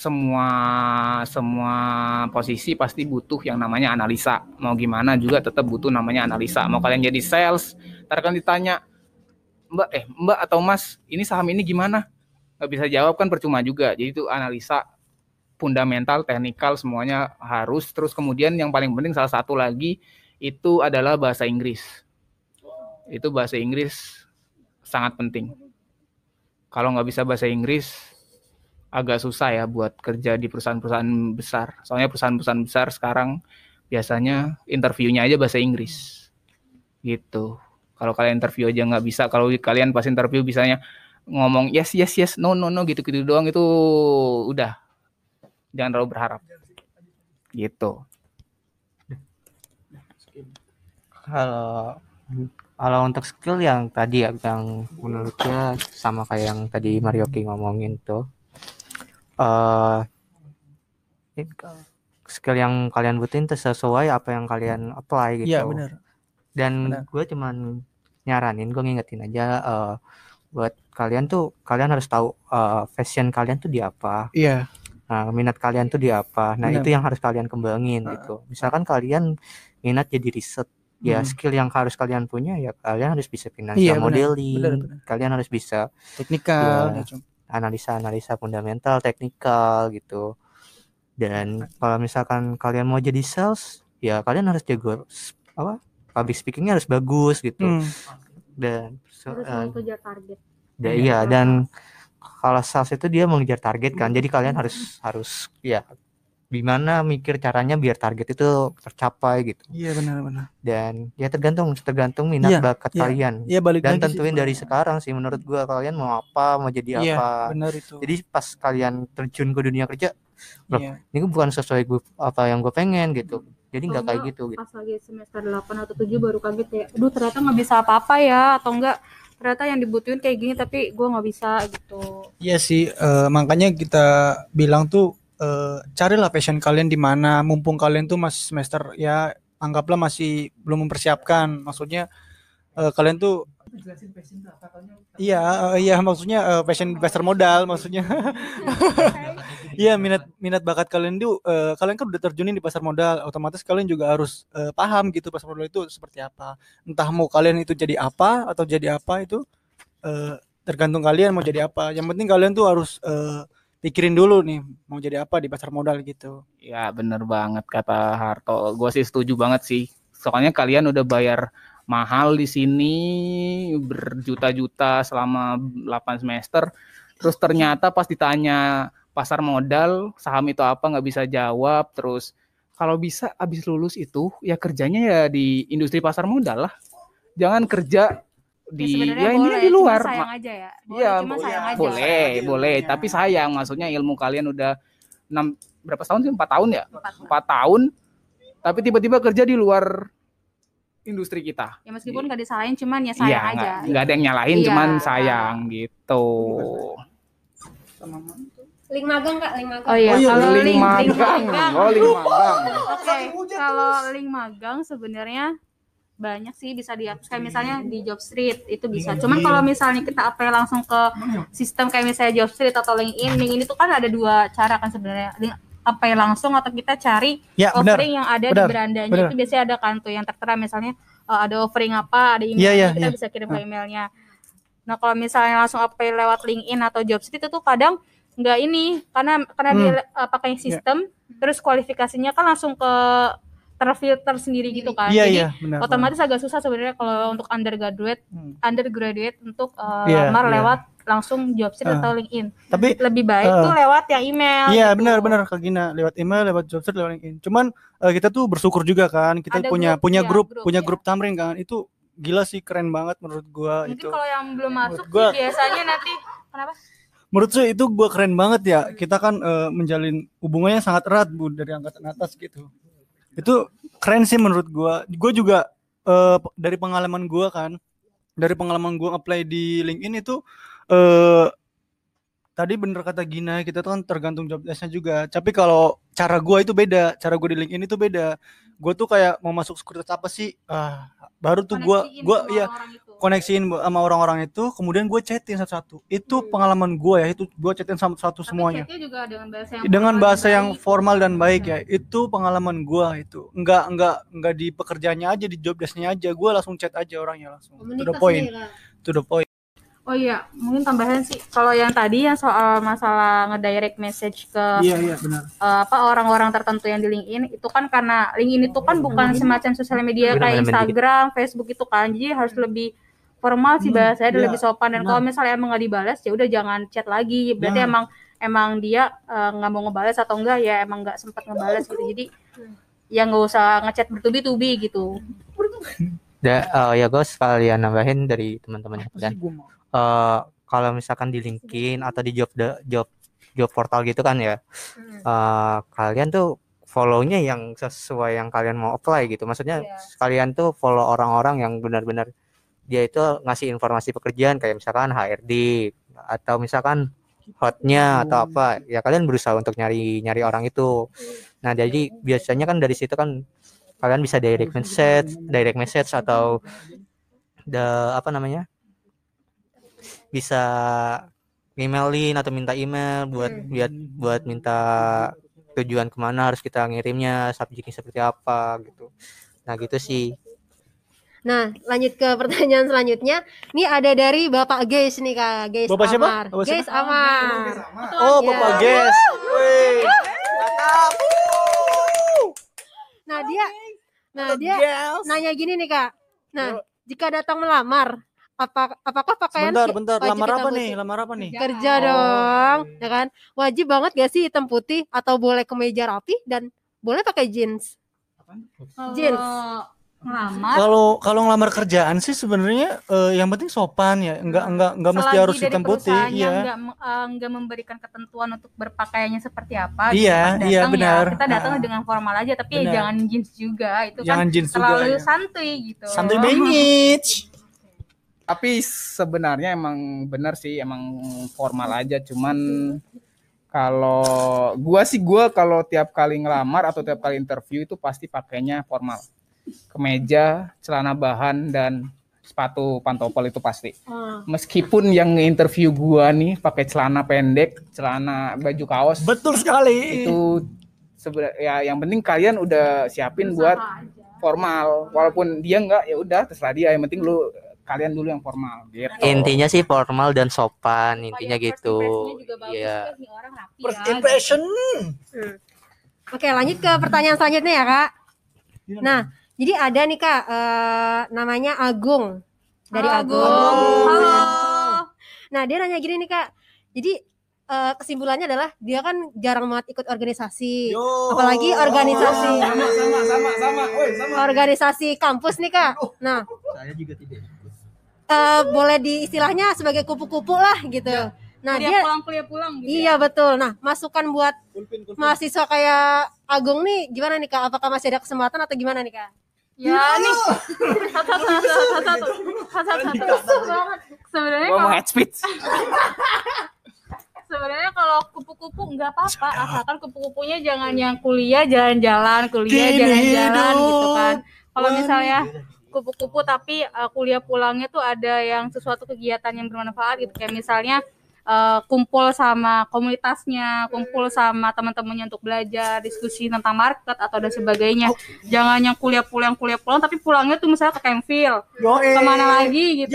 posisi pasti butuh yang namanya analisa. Mau gimana juga tetap butuh namanya analisa. Mau kalian jadi sales, ntar kan ditanya, Mbak atau Mas, ini saham ini gimana? Nggak bisa jawab kan percuma juga. Jadi itu analisa fundamental, teknikal semuanya harus. Terus kemudian yang paling penting salah satu lagi itu adalah bahasa Inggris. Itu bahasa Inggris sangat penting. Kalau nggak bisa bahasa Inggris agak susah ya buat kerja di perusahaan-perusahaan besar. Soalnya perusahaan-perusahaan besar sekarang biasanya interviewnya aja bahasa Inggris. Gitu. Kalau kalian interview aja nggak bisa, kalau kalian pas interview bisanya ngomong yes, no gitu-gitu doang, itu udah. Jangan terlalu berharap. Gitu. Kalau untuk skill yang tadi ya, yang menurutnya sama kayak yang tadi Marioki ngomongin tuh, skill yang kalian butuhin itu sesuai apa yang kalian apply gitu. Iya benar. Dan gue cuman nyaranin, gue ngingetin aja buat kalian harus tahu passion kalian tuh di apa. Iya. Nah, minat kalian tuh di apa. Nah, Benar. itu yang harus kalian kembangin gitu. Misalkan kalian minat jadi riset, ya skill yang harus kalian punya ya kalian harus bisa financial modeling. Benar. Kalian harus bisa Teknikal. Ya, analisa fundamental, teknikal gitu. Dan kalau misalkan kalian mau jadi sales, ya kalian harus jago public speakingnya harus bagus gitu. Dan Terus mengejar target. Iya, dan kalau sales itu dia mengejar target kan. Jadi kalian harus ya gimana mikir caranya biar target itu tercapai gitu. Iya benar. Dan ya tergantung minat bakat kalian. Iya, balik Dan lagi tentuin sih, dari sekarang sih menurut gua kalian mau apa, mau jadi apa. Benar itu. Jadi pas kalian terjun ke dunia kerja, loh, Iya. ini bukan sesuai apa yang gue pengen gitu. Jadi nggak kayak gitu. Pas lagi semester 8 atau 7 baru kaget ya, aduh ternyata nggak bisa apa-apa ya, atau enggak ternyata yang dibutuhin kayak gini tapi gue nggak bisa gitu. Iya sih, makanya kita bilang tuh carilah passion kalian di mana. Mumpung kalian tuh masih semester ya, anggaplah masih belum mempersiapkan. Maksudnya kalian tuh iya maksudnya passion pasar modal maksudnya. Iya, minat bakat kalian tuh kalian kan udah terjunin di pasar modal, otomatis kalian juga harus paham gitu pasar modal itu seperti apa. Entah mau kalian itu jadi apa atau jadi apa itu tergantung kalian mau jadi apa. Yang penting kalian tuh harus pikirin dulu nih mau jadi apa di pasar modal gitu. Ya bener banget kata Harto. Gue sih setuju banget sih. Soalnya kalian udah bayar mahal di sini berjuta-juta selama 8 semester. Terus ternyata pas ditanya pasar modal, saham itu apa nggak bisa jawab. Terus kalau bisa abis lulus itu ya kerjanya ya di industri pasar modal lah. Jangan kerja di ini di luar. Sayang aja ya. Boleh. Tapi sayang, maksudnya ilmu kalian udah 4 tahun sih? 4 tahun ya? 4 tahun. Tapi tiba-tiba kerja di luar industri kita. Ya meskipun nggak disalahin, cuman ya sayang aja. Nggak ada yang nyalahin, cuman sayang gitu. Link magang Kak, link magang. Oh iya, kalau link magang. Oke, kalau link magang sebenarnya banyak sih bisa diakses, kayak misalnya di Jobstreet itu bisa. Cuman kalau misalnya kita apply langsung ke sistem kayak misalnya Jobstreet atau LinkedIn itu kan ada 2 cara kan sebenarnya. Apply langsung atau kita cari offering yang ada di berandanya. Itu biasanya ada kan tuh yang tertera misalnya ada offering apa, ada emailnya, kita bisa kirim ke emailnya. Nah kalau misalnya langsung apply lewat LinkedIn atau Jobstreet itu tuh kadang nggak ini karena dia pakai sistem, terus kualifikasinya kan langsung ke terfilter sendiri gitu kan. Iya, Jadi iya, benar. otomatis agak susah sebenarnya kalau untuk undergraduate untuk Iya, lamar iya. lewat langsung Jobstreet atau LinkedIn. Tapi Lebih baik tuh lewat yang email. iya, gitu. benar Kak Gina, lewat email, lewat Jobstreet, lewat LinkedIn. Cuman kita tuh bersyukur juga kan, kita Ada punya grup, grup Tamrin kan. Itu gila sih, keren banget menurut gua. Mungkin itu. kalau yang belum masuk gua- sih biasanya nanti kenapa? Menurut saya itu gua keren banget ya. Kita kan menjalin hubungannya sangat erat Bu dari angkatan atas gitu. Itu keren sih menurut gua. Gua juga dari pengalaman gua apply di LinkedIn itu tadi bener kata Gina, kita tuh kan tergantung job desk-nya juga. Tapi kalau cara gua itu beda, cara gua di LinkedIn itu beda. Gua tuh kayak mau masuk sekuritas apa sih? Baru tuh gua ya koneksiin sama orang-orang itu, kemudian gue chatting satu-satu. Itu pengalaman gue ya, itu gue chatting satu-satu semuanya. Chatnya juga dengan bahasa yang formal dan baik ya. Itu pengalaman gue itu. Enggak di pekerjaannya aja, di job desk-nya aja. Gue langsung chat aja orangnya langsung. To the point. To the point. Oh iya, mungkin tambahan sih. Kalau yang tadi yang soal masalah ngedirect message ke Iya benar. orang-orang tertentu yang di LinkedIn itu kan karena LinkedIn itu kan bukan semacam sosial media kayak Instagram, Facebook itu kan. Jadi harus lebih formal sih bahasanya, lebih sopan. Dan kalau misalnya emang nggak dibalas ya udah jangan chat lagi. Berarti emang dia nggak mau ngebalas atau enggak ya emang nggak sempat ngebalas gitu. Jadi ya nggak usah ngechat bertubi-tubi gitu. Ya gue sekalian nambahin dari teman-teman dan kalau misalkan di LinkedIn atau di job portal gitu kan ya, kalian tuh follow-nya yang sesuai yang kalian mau apply gitu. Maksudnya kalian tuh follow orang-orang yang benar-benar dia itu ngasih informasi pekerjaan kayak misalkan HRD atau misalkan hotnya atau apa ya, kalian berusaha untuk nyari orang itu. Nah jadi biasanya kan dari situ kan kalian bisa direct message atau bisa emailin atau minta email buat minta tujuan kemana harus kita ngirimnya, subjeknya seperti apa gitu. Nah gitu sih. Nah, lanjut ke pertanyaan selanjutnya. Ini ada dari Bapak Geis nih Kak, Geis Bapak siapa? Amar. Bapak Geis siapa? Amar. Oh, Bapak Ges. Wih. Nah, dia nanya gini nih Kak. Nah, jika datang melamar, apakah pakaian Bentar, wajib lamar hitam apa putih? nih? Lamar apa nih? Kerja dong, ya kan? Wajib banget gak sih hitam putih atau boleh kemeja rapi dan boleh pakai jeans? Jeans. Ngelamar Kalau ngelamar kerjaan sih sebenarnya yang penting sopan ya, enggak mesti harus hitam putih. Iya. Enggak memberikan ketentuan untuk berpakaiannya seperti apa. Iya, gitu. iya Datang benar. kita datang dengan formal aja, tapi ya jangan jeans juga. Itu jangan kan jeans terlalu juga, santuy gitu. Santuy banget. Tapi sebenarnya emang benar sih, emang formal aja. Cuman kalau gua kalau tiap kali ngelamar atau tiap kali interview itu pasti pakainya formal. Kemeja, celana bahan, dan sepatu pantopel itu pasti. Meskipun yang interview gua nih pakai celana pendek, celana baju kaos. Betul sekali. Itu sebenarnya ya yang penting kalian udah siapin buat formal. Walaupun dia enggak, ya udah terserah dia. Yang penting kalian dulu yang formal gitu. Intinya sih formal dan sopan, intinya gitu. Iya. First impression. Oke, lanjut ke pertanyaan selanjutnya ya Kak. Nah, jadi ada nih Kak, namanya Agung. Dari Agung. Halo. Nah, dia nanya gini nih Kak. Jadi kesimpulannya adalah dia kan jarang banget ikut organisasi. Apalagi organisasi. Sama. Organisasi kampus nih Kak. Nah, Saya juga tidak. boleh diistilahnya sebagai kupu-kupu lah gitu. Nah, kuliah pulang gitu. Iya betul. Nah, masukan buat mahasiswa kayak Agung nih gimana nih Kak? Apakah masih ada kesempatan atau gimana nih Kak? Ya nih. Satu. Sebenarnya Gua mau head speech. Sebenarnya kalau kupu-kupu nggak apa-apa, asalkan kupu-kupunya jangan yang kuliah jalan-jalan gitu kan. Kalau misalnya kupu-kupu tapi kuliah pulangnya tuh ada yang sesuatu kegiatan yang bermanfaat gitu, kayak misalnya kumpul sama komunitasnya, kumpul sama teman-temannya untuk belajar, diskusi tentang market atau dan sebagainya. Jangan yang kuliah pulang tapi pulangnya tuh misalnya ke Campville, kemana lagi gitu.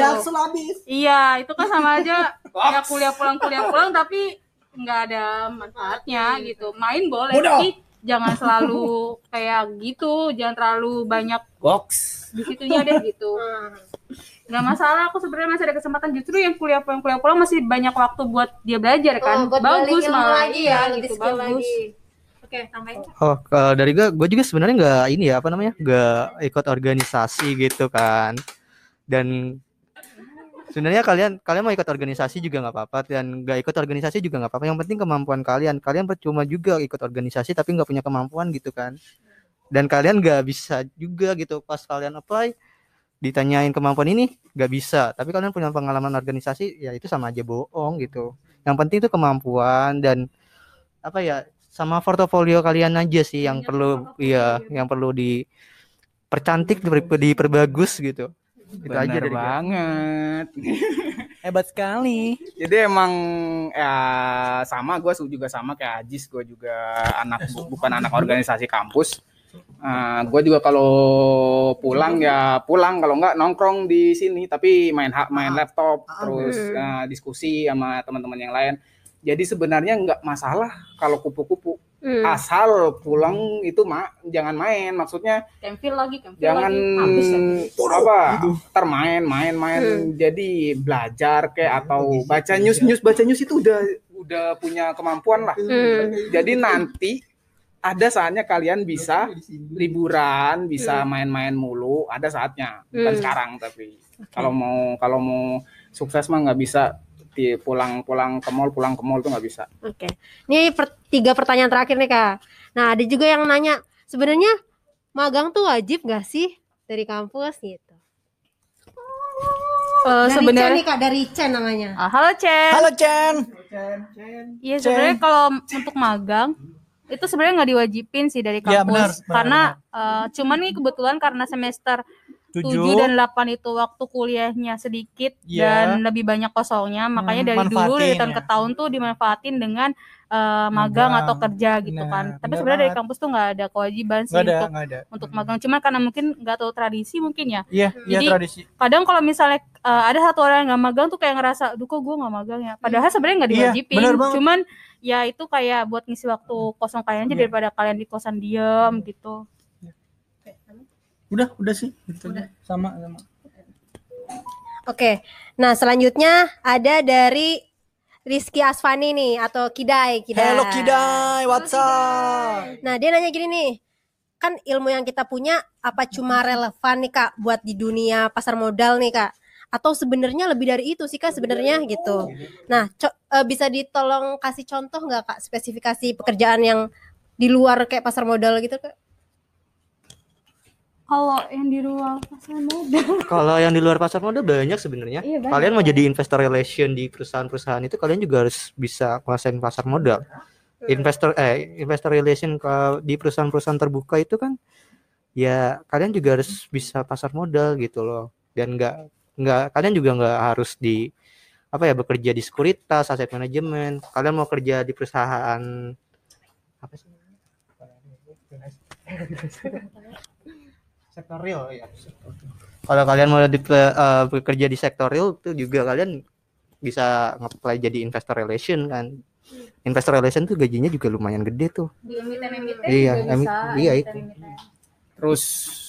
Iya, itu kan sama aja ya kuliah pulang tapi nggak ada manfaatnya gitu. Main boleh tapi jangan selalu kayak gitu, jangan terlalu banyak di situnya deh gitu. Nggak masalah, aku sebenarnya masih ada kesempatan, justru yang kuliah pulang masih banyak waktu buat dia belajar kan. buat balik Bagus ilmu malah lagi iya ya, gitu, skill bagus. lagi. Oke, tambahin. Dari gue juga sebenarnya nggak ini ya apa namanya nggak ikut organisasi gitu kan. Dan sebenarnya kalian mau ikut organisasi juga nggak apa-apa, dan nggak ikut organisasi juga nggak apa-apa. Yang penting kemampuan kalian percuma juga ikut organisasi tapi nggak punya kemampuan gitu kan. Dan kalian nggak bisa juga gitu pas kalian apply ditanyain kemampuan ini nggak bisa, tapi kalian punya pengalaman organisasi, ya itu sama aja bohong gitu. Yang penting itu kemampuan dan apa ya, sama portofolio kalian aja sih yang perlu yang perlu dipercantik, diperbagus gitu. Itu aja Bener dari gue. banget. Hebat sekali. Jadi emang ya sama, gue juga sama kayak Ajis, gue juga bukan anak organisasi kampus. Gue juga kalau pulang ya pulang, kalau nggak nongkrong di sini, tapi main laptop terus diskusi sama teman-teman yang lain. Jadi sebenarnya nggak masalah kalau kupu-kupu, asal pulang itu jangan main, maksudnya Campville jangan lagi. termain jadi belajar kayak atau baca news itu udah punya kemampuan lah. Jadi nanti ada saatnya kalian bisa liburan, bisa main-main mulu, ada saatnya, bukan sekarang. Tapi kalau mau sukses mah nggak bisa pulang ke mall tuh nggak bisa. Oke. Ini 3 pertanyaan terakhir nih Kak. Nah, ada juga yang nanya, sebenarnya magang tuh wajib nggak sih dari kampus gitu? Dari Sebenarnya Chen nih Kak, dari Chen namanya. halo Chen. Halo Chen. Iya sebenarnya kalau untuk magang itu sebenarnya nggak diwajibin sih dari Iya, kampus, benar, karena cuman nih kebetulan karena semester 7 dan 8 itu waktu kuliahnya sedikit dan lebih banyak kosongnya, makanya dari dulu dari tahun ke tahun tuh dimanfaatin dengan magang atau kerja gitu kan. Tapi sebenarnya dari kampus tuh nggak ada kewajiban sih untuk magang, cuma karena mungkin nggak tahu tradisi mungkin ya. Iya, Jadi tradisi. kadang kalau misalnya ada satu orang yang nggak magang tuh kayak ngerasa, duh kok gue nggak magang ya, padahal sebenarnya nggak diwajibin, bener banget. cuman ya itu kayak buat ngisi waktu kosong kalian aja daripada kalian di kosan diem gitu. Udah sih. Sama. Oke. Nah, selanjutnya ada dari Rizky Asfani nih, atau Kidai. Halo Kidai, what's up? Nah, dia nanya gini nih, kan ilmu yang kita punya apa cuma relevan nih Kak buat di dunia pasar modal nih Kak? Atau sebenarnya lebih dari itu sih Kak sebenarnya gitu. Nah, bisa ditolong kasih contoh nggak Kak, spesifikasi pekerjaan yang di luar kayak pasar modal gitu Kak? Kalau yang di luar pasar modal, Kalau yang di luar pasar modal banyak sebenarnya. Iya, banyak. Kalian mau jadi investor relation di perusahaan-perusahaan itu, kalian juga harus bisa kuasain pasar modal. Investor relation di perusahaan-perusahaan terbuka itu kan ya kalian juga harus bisa pasar modal gitu loh. Dan nggak kalian juga nggak harus bekerja di sekuritas, aset manajemen. Kalian mau kerja di perusahaan apa sih? Sektor real ya. Kalau kalian mau bekerja di sektor real itu juga kalian bisa nge-apply jadi investor relation kan. Investor relation tuh gajinya juga lumayan gede tuh. di emiten Iya, juga bisa. iya itu. Terus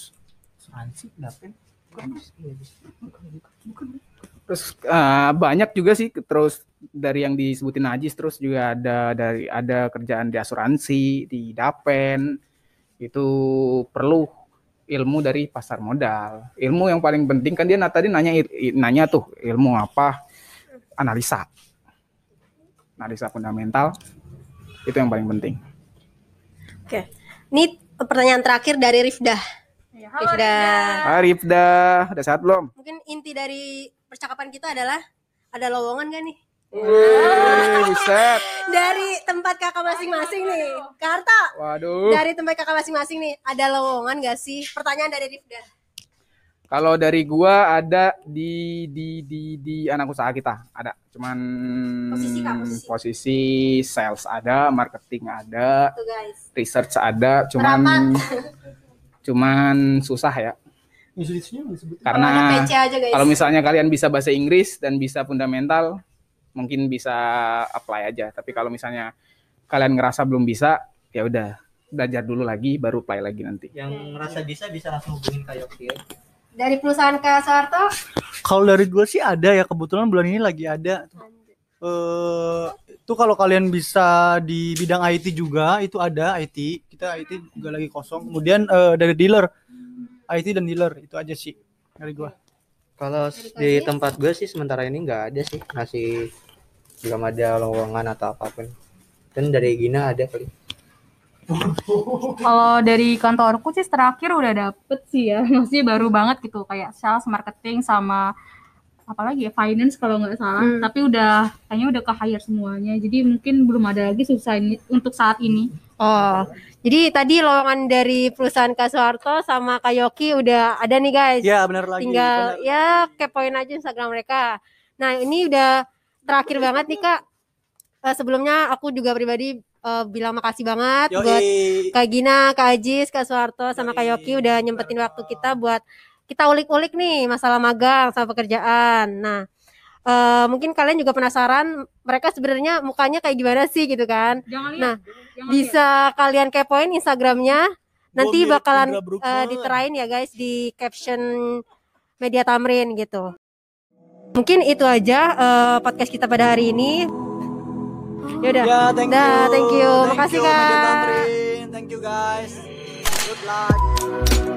banyak juga sih, terus dari yang disebutin Najis, terus juga ada kerjaan di asuransi, di Dapen. Itu perlu ilmu dari pasar modal. Ilmu yang paling penting kan dia tadi nanya tuh ilmu apa? Analisa fundamental, itu yang paling penting. Oke. Ini pertanyaan terakhir dari Rifdah. Ya, Rifdah. Rifda, udah sehat belum? Mungkin inti dari percakapan kita adalah ada lowongan gak nih? Buset. Dari tempat kakak masing-masing nih, Karta. Waduh. Dari tempat kakak masing-masing nih, ada lowongan gak sih? Pertanyaan dari Rifda. Kalau dari gua ada di anak usaha kita ada, cuman posisi sales ada, marketing ada, Tuh guys. research ada, cuman susah ya. Karena Kalau ada PC aja guys. kalau misalnya kalian bisa bahasa Inggris dan bisa fundamental, mungkin bisa apply aja. Tapi kalau misalnya kalian ngerasa belum bisa, ya udah belajar dulu lagi, baru apply lagi nanti. Yang ngerasa bisa langsung hubungin Kak Yoki ya. Dari perusahaan Kak Soeharto, Kalau dari gue sih ada ya, kebetulan bulan ini lagi ada. Itu kalau kalian bisa di bidang IT juga, itu ada IT. Kita IT juga lagi kosong. Kemudian dari dealer, IT dan dealer, itu aja sih dari gue. Kalau di tempat gue sih sementara ini nggak ada sih, masih belum ada lowongan atau apapun. Dan dari Gina ada kali. Kalau dari kantorku sih terakhir udah dapet sih ya, masih baru banget gitu, kayak sales, marketing, sama apalagi ya finance kalau nggak salah. Tapi kayaknya udah ke hire semuanya, jadi mungkin belum ada lagi susah ini untuk saat ini. oh, jadi tadi lowongan dari perusahaan Kak Soeharto sama Kak Yoki udah ada nih guys. Ya benar lagi. Tinggal benar. ya kepoin aja Instagram mereka. Nah ini udah terakhir banget nih Kak. Sebelumnya aku juga pribadi bilang makasih banget buat Kak Gina, Kak Ajis, Kak Soeharto, sama Kak Yoki udah nyempetin waktu kita buat kita ulik-ulik nih masalah magang sama pekerjaan. Nah, mungkin kalian juga penasaran mereka sebenarnya mukanya kayak gimana sih gitu kan. Jangan lihat, Nah, bisa kalian kepoin Instagramnya. Nanti mirip bakalan Indra Bruggman. diterain ya guys di caption Media Tamrin gitu. Mungkin itu aja podcast kita pada hari ini. Yaudah. Ya, thank you. Thank you. Makasih, Kak. Media Tamrin. Thank you guys. Good luck.